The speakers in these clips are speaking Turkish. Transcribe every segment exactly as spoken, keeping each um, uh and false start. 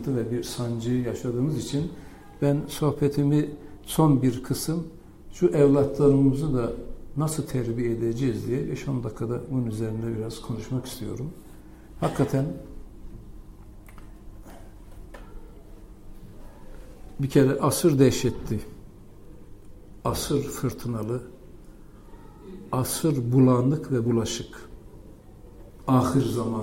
sıkıntı ve bir sancı yaşadığımız için ben sohbetimi son bir kısım şu evlatlarımızı da nasıl terbiye edeceğiz diye beş on dakikada bunun üzerinde biraz konuşmak istiyorum. Hakikaten bir kere asır dehşetli, asır fırtınalı, asır bulanık ve bulaşık. Ahir zaman,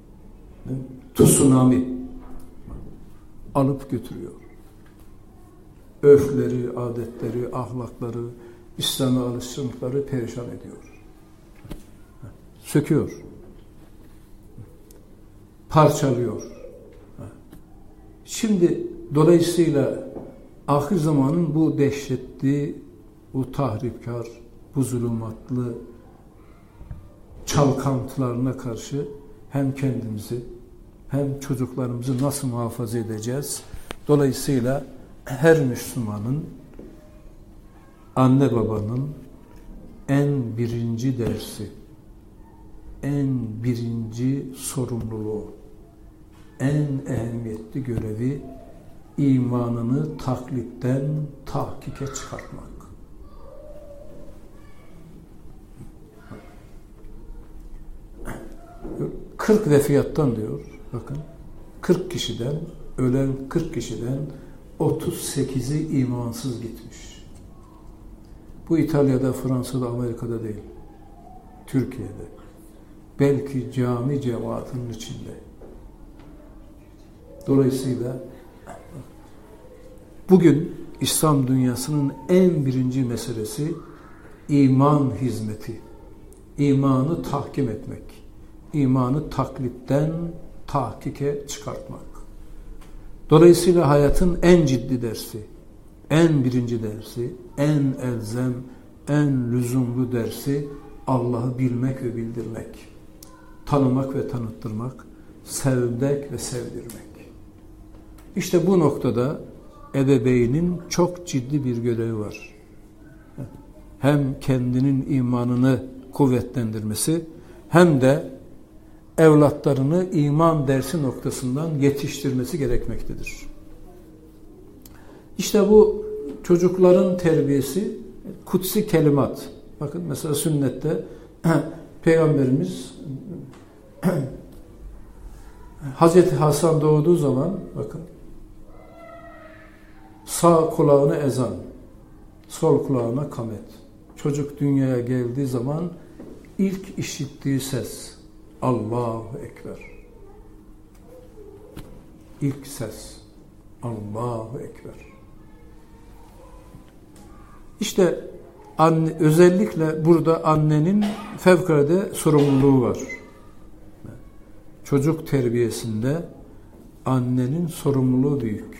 tsunami alıp götürüyor. Örfleri, adetleri, ahlakları, İslam'a alışkanlıkları perişan ediyor. Söküyor. Parçalıyor. Şimdi dolayısıyla ahir zamanın bu dehşetli, bu tahripkar, bu zulümatlı çalkantılarına karşı hem kendimizi hem çocuklarımızı nasıl muhafaza edeceğiz? Dolayısıyla her Müslümanın, anne babanın en birinci dersi, en birinci sorumluluğu, en ehemmiyetli görevi imanını taklitten tahkike çıkartmak. kırk vefiyattan diyor, bakın, kırk kişiden, ölen kırk kişiden otuz sekizi imansız gitmiş. Bu İtalya'da, Fransa'da, Amerika'da değil, Türkiye'de. Belki cami cemaatinin içinde. Dolayısıyla bugün İslam dünyasının en birinci meselesi iman hizmeti. İmanı tahkim etmek. İmanı taklitten tahkike çıkartmak. Dolayısıyla hayatın en ciddi dersi, en birinci dersi, en elzem, en lüzumlu dersi Allah'ı bilmek ve bildirmek. Tanımak ve tanıttırmak, sevmek ve sevdirmek. İşte bu noktada ebeveynin çok ciddi bir görevi var. Hem kendinin imanını kuvvetlendirmesi hem de evlatlarını iman dersi noktasından yetiştirmesi gerekmektedir. İşte bu çocukların terbiyesi kutsi kelimat. Bakın mesela sünnette Peygamberimiz Hazreti Hasan doğduğu zaman bakın sağ kulağına ezan, sol kulağına kamet. Çocuk dünyaya geldiği zaman ilk işittiği ses Allahu Ekber. İlk ses Allahu Ekber. İşte anne, özellikle burada annenin fevkalade sorumluluğu var. Çocuk terbiyesinde annenin sorumluluğu büyük.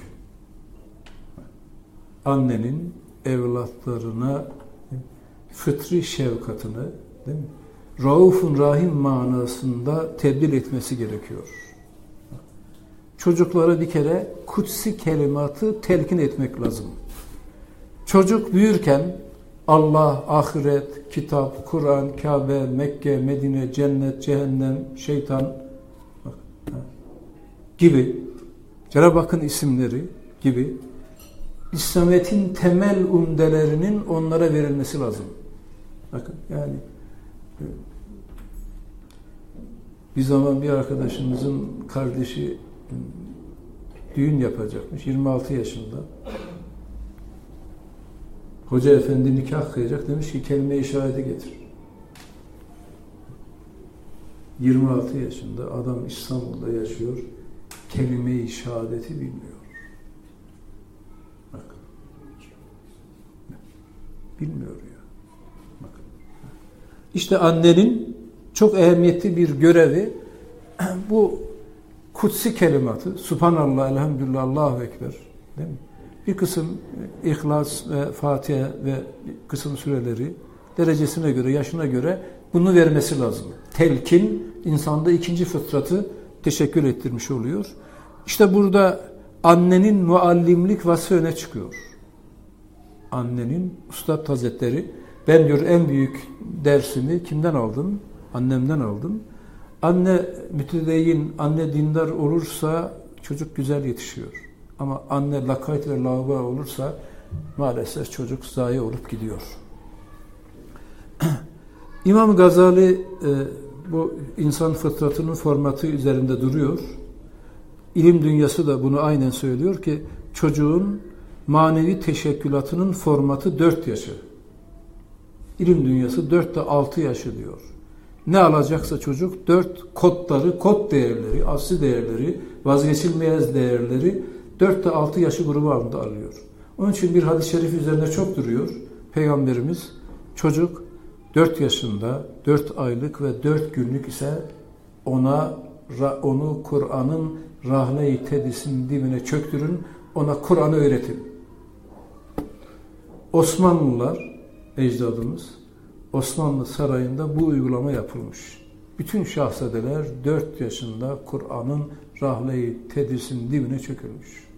Annenin evlatlarına fıtri şefkatini, değil mi? Raufun Rahim manasında tebdil etmesi gerekiyor. Çocuklara bir kere kutsi kelimatı telkin etmek lazım. Çocuk büyürken Allah, ahiret, kitap, Kur'an, Kabe, Mekke, Medine, cennet, cehennem, şeytan gibi, Cenab-ı Hakk'ın isimleri gibi İslamiyet'in temel umdelerinin onlara verilmesi lazım. Bakın yani bir zaman bir arkadaşımızın kardeşi düğün yapacakmış. yirmi altı yaşında. Hoca efendi nikah kıyacak. Demiş ki kelime-i şehadeti getir. yirmi altı yaşında adam İstanbul'da yaşıyor. Kelime-i şehadeti bilmiyor. Bakın. Bilmiyor ya. Bakın. İşte annenin çok ehemmiyetli bir görevi bu kutsi kelimatı Subhanallah, Elhamdülillah, Allahu Ekber, değil mi? Bir kısım İhlas ve Fatiha ve bir kısım süreleri derecesine göre, yaşına göre bunu vermesi lazım. Telkin insanda ikinci fıtratı teşekkür ettirmiş oluyor. İşte burada annenin muallimlik vasfı öne çıkıyor. Annenin, Üstad Hazretleri, ben diyor en büyük dersimi kimden aldım? Annemden aldım. Anne mütedeyyin, anne dindar olursa çocuk güzel yetişiyor. Ama anne lakayt ve laubal olursa maalesef çocuk zayi olup gidiyor. İmam Gazali e, bu insan fıtratının formatı üzerinde duruyor. İlim dünyası da bunu aynen söylüyor ki çocuğun manevi teşekkülatının formatı dört yaşı. İlim dünyası dört ile altı yaşı diyor. Ne alacaksa çocuk dört kodları, kod değerleri, asli değerleri, vazgeçilmez değerleri dört ile altı yaşı grubu altında alıyor. Onun için bir hadis-i şerif üzerinde çok duruyor. Peygamberimiz çocuk dört yaşında, dört aylık ve dört günlük ise ona onu Kur'an'ın rahle-i tedrisinin dibine çöktürün, ona Kur'an'ı öğretin. Osmanlılar, ecdadımız, Osmanlı sarayında bu uygulama yapılmış. Bütün şahzadeler dört yaşında Kur'an'ın rahle-i tedrisinin dibine çökülmüş.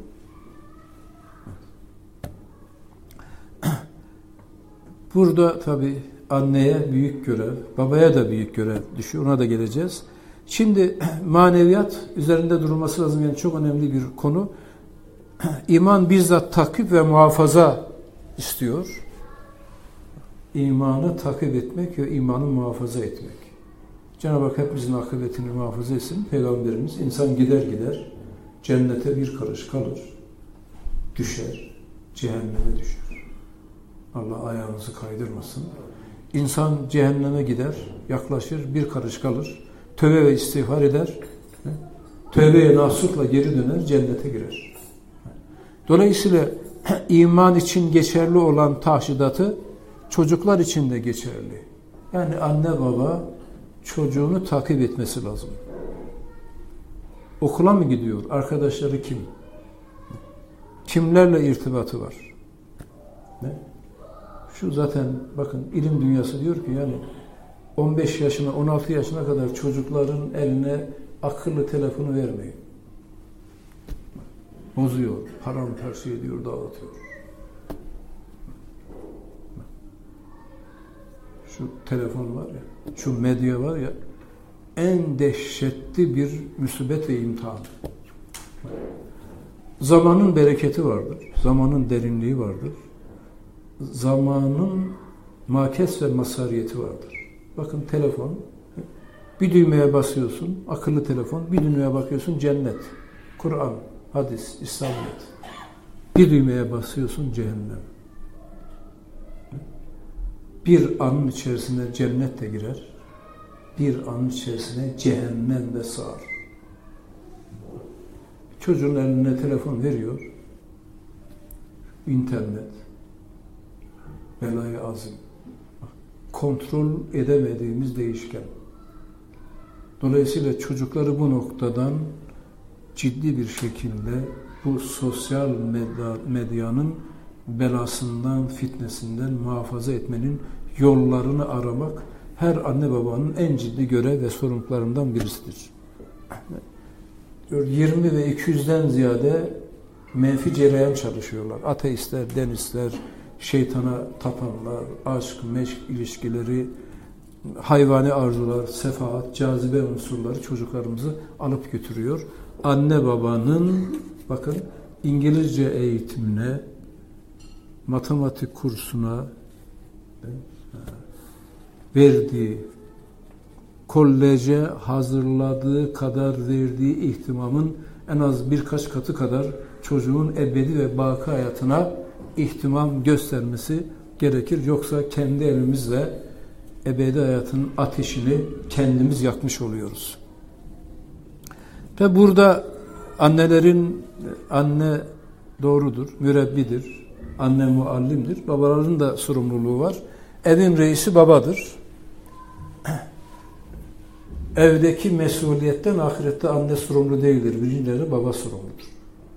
Burada tabii anneye büyük görev, babaya da büyük görev düşüyor. Ona da geleceğiz. Şimdi maneviyat üzerinde durulması lazım. Yani çok önemli bir konu. İman bizzat takip ve muhafaza istiyor. İmanı takip etmek ve imanı muhafaza etmek. Cenab-ı Hak hepimizin akıbetini muhafaza etsin. Peygamberimiz insan gider gider cennete bir karış kalır. Düşer. Cehenneme düşer. Allah ayağınızı kaydırmasın. İnsan cehenneme gider, yaklaşır, bir karış kalır. Tövbe ve istiğfar eder. Tövbeye nasuhla geri döner, cennete girer. Dolayısıyla iman için geçerli olan tahşidatı çocuklar için de geçerli. Yani anne baba çocuğunu takip etmesi lazım. Okula mı gidiyor? Arkadaşları kim? Kimlerle irtibatı var? Ne? Şu zaten bakın ilim dünyası diyor ki yani on beş yaşına on altı yaşına kadar çocukların eline akıllı telefonu vermeyin. Bozuyor, paramparça ediyor, dağıtıyor. Şu telefon var ya, şu medya var ya, en dehşetli bir musibet ve imtihan. Zamanın bereketi vardır, zamanın derinliği vardır. Zamanın makes ve masariyeti vardır. Bakın telefon, bir düğmeye basıyorsun, akıllı telefon, bir düğmeye bakıyorsun cennet, Kur'an, hadis, İslamiyet. Bir düğmeye basıyorsun cehennem. Bir anın içerisine cennet de girer, bir anın içerisine cehennem de sığar. Çocuğun eline telefon veriyor, internet, belayı azim, kontrol edemediğimiz değişken. Dolayısıyla çocukları bu noktadan ciddi bir şekilde bu sosyal medya, medyanın belasından, fitnesinden muhafaza etmenin yollarını aramak her anne babanın en ciddi görev ve sorumluluklarından birisidir. yirmi ve iki yüzden ziyade menfi cereyan çalışıyorlar. Ateistler, denistler, şeytana tapanlar, aşk, meşk ilişkileri, hayvani arzular, sefahat, cazibe unsurları çocuklarımızı alıp götürüyor. Anne babanın bakın İngilizce eğitimine, matematik kursuna verdiği, koleje hazırladığı kadar verdiği ihtimamın en az birkaç katı kadar çocuğun ebedi ve baki hayatına ihtimam göstermesi gerekir. Yoksa kendi elimizle ebedi hayatın ateşini kendimiz yakmış oluyoruz. Ve burada annelerin, anne doğrudur, mürebbidir, anne muallimdir, babaların da sorumluluğu var. Evin reisi babadır. Evdeki mesuliyetten ahirette anne sorumlu değildir. Birincileri baba sorumludur.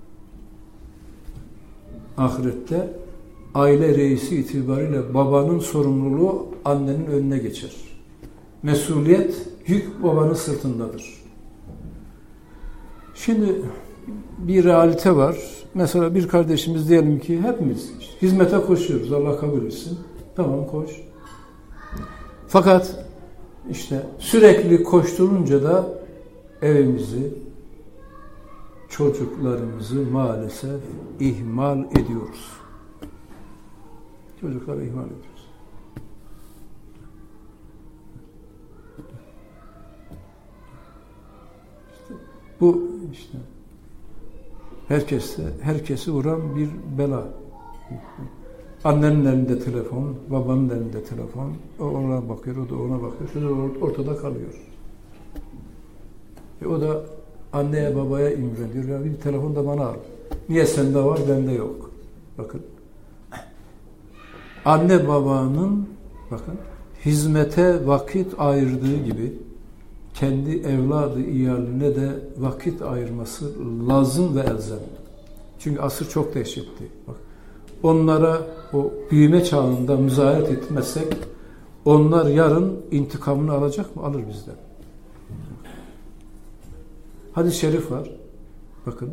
Ahirette aile reisi itibariyle babanın sorumluluğu annenin önüne geçer. Mesuliyet, yük babanın sırtındadır. Şimdi bir realite var. Mesela bir kardeşimiz diyelim ki hepimiz hizmete koşuyoruz. Allah kabul etsin. Tamam koş. Fakat işte sürekli koşturunca da evimizi, çocuklarımızı maalesef ihmal ediyoruz. Çocukları ihmal ediyoruz. İşte bu işte herkese herkesi vuran bir bela. Annenin elinde telefon, babanın elinde telefon. O ona bakıyor, o da ona bakıyor. Çocuk ortada kalıyor. E o da anneye babaya imreniyor. Ya bir telefon da bana al. Niye sende var, bende yok? Bakın. Anne babanın bakın hizmete vakit ayırdığı gibi kendi evladı iyaline de vakit ayırması lazım ve elzem. Çünkü asır çok dehşetli. Bak, onlara o büyüme çağında müzayet etmezsek onlar yarın intikamını alacak mı? Alır bizden. Hadis-i şerif var. Bakın.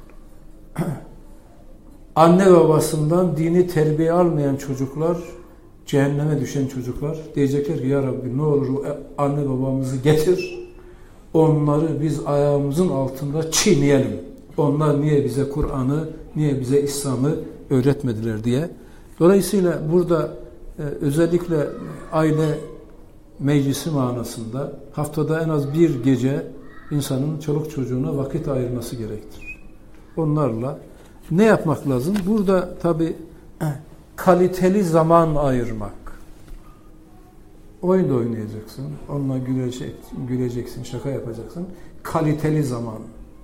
Anne babasından dini terbiye almayan çocuklar, cehenneme düşen çocuklar diyecekler ki ya Rabbi ne olur anne babamızı getir. Onları biz ayağımızın altında çiğneyelim. Onlar niye bize Kur'an'ı, niye bize İslam'ı öğretmediler diye. Dolayısıyla burada e, özellikle aile meclisi manasında haftada en az bir gece insanın çoluk çocuğuna vakit ayırması gerektir. Onlarla ne yapmak lazım? Burada tabii kaliteli zaman ayırmak. Oyun da oynayacaksın, onunla gülecek, güleceksin, şaka yapacaksın. Kaliteli zaman.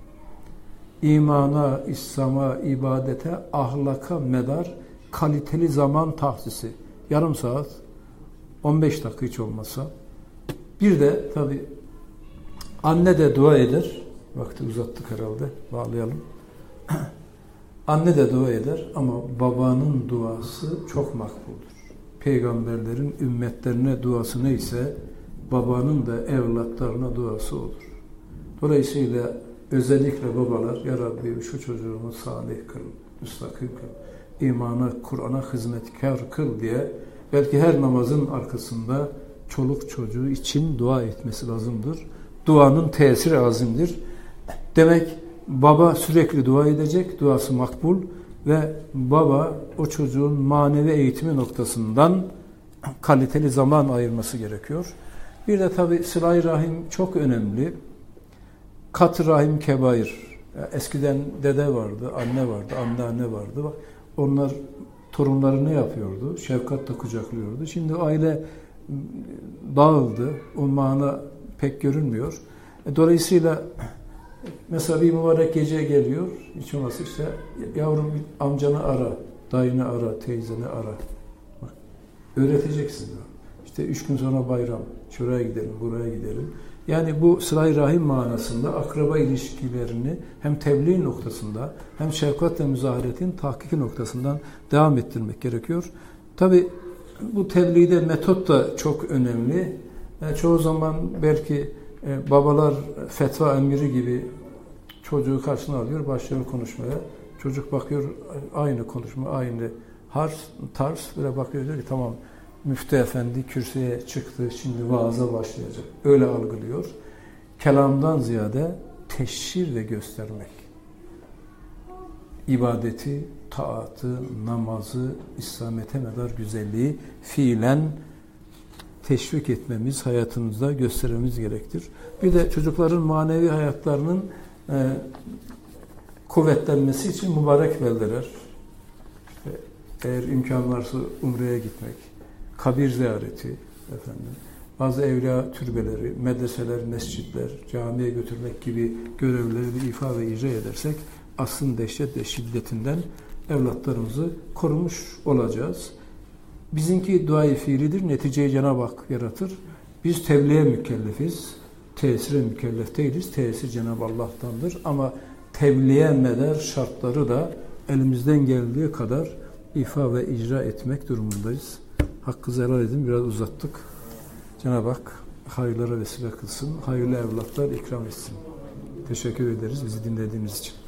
İmana, İslam'a, ibadete, ahlaka medar kaliteli zaman tahsisi. Yarım saat, on beş dakika hiç olmasa. Bir de tabii anne de dua eder. Vakti uzattık herhalde, bağlayalım. Anne de dua eder ama babanın duası çok makbuldür. Peygamberlerin ümmetlerine duası neyse babanın da evlatlarına duası olur. Dolayısıyla özellikle babalar ya Rabbi şu çocuğumu salih kıl, müstakim kıl, imana, Kur'an'a hizmetkar kıl diye belki her namazın arkasında çoluk çocuğu için dua etmesi lazımdır. Duanın tesiri azimdir. Demek baba sürekli dua edecek, duası makbul ve baba o çocuğun manevi eğitimi noktasından kaliteli zaman ayırması gerekiyor. Bir de tabii sıla-i rahim çok önemli. Kat-ı rahim kebair. Eskiden dede vardı, anne vardı, anneanne vardı. Bak, onlar torunları ne yapıyordu? Şefkatle kucaklıyordu. Şimdi aile dağıldı. O mana pek görünmüyor. Dolayısıyla mesela bir mübarek gece geliyor. Hiç olmazsa işte yavrum amcanı ara, dayını ara, teyzeni ara. Bak, öğreteceksin. İşte üç gün sonra bayram. Şuraya gidelim, buraya gidelim. Yani bu sıla-i rahim manasında akraba ilişkilerini hem tebliğ noktasında hem şefkat ve müzaharetin tahkiki noktasından devam ettirmek gerekiyor. Tabi bu tebliğde metot da çok önemli. Yani çoğu zaman belki e, babalar fetva emiri gibi çocuğu karşına alıyor, başlıyor konuşmaya. Çocuk bakıyor aynı konuşma, aynı harf, tarz, böyle bakıyor diyor ki tamam müftü efendi kürsüye çıktı, şimdi vaaza başlayacak. Öyle algılıyor. Kelamdan ziyade teşhir ve göstermek. İbadeti, taatı, namazı, İslamete medar güzelliği fiilen teşvik etmemiz, hayatımızda göstermemiz gerektir. Bir de çocukların manevi hayatlarının e, kuvvetlenmesi için mübarek beldeler. İşte eğer imkan varsa Umre'ye gitmek, kabir ziyareti, efendim, bazı evliya türbeleri, medreseler, mescitler, camiye götürmek gibi görevleri bir ifa ve icra edersek aslın dehşet ve şiddetinden evlatlarımızı korumuş olacağız. Bizimki dua-i fiilidir, neticeyi Cenab-ı Hak yaratır. Biz tebliğe mükellefiz, tesire mükellef değiliz, tesir Cenab-ı Allah'tandır. Ama tebliğe medar şartları da elimizden geldiği kadar ifa ve icra etmek durumundayız. Hakkı helal edin, biraz uzattık. Cenab-ı Hak hayırlara vesile kılsın, hayırlı evlatlar ikram etsin. Teşekkür ederiz bizi dinlediğiniz için.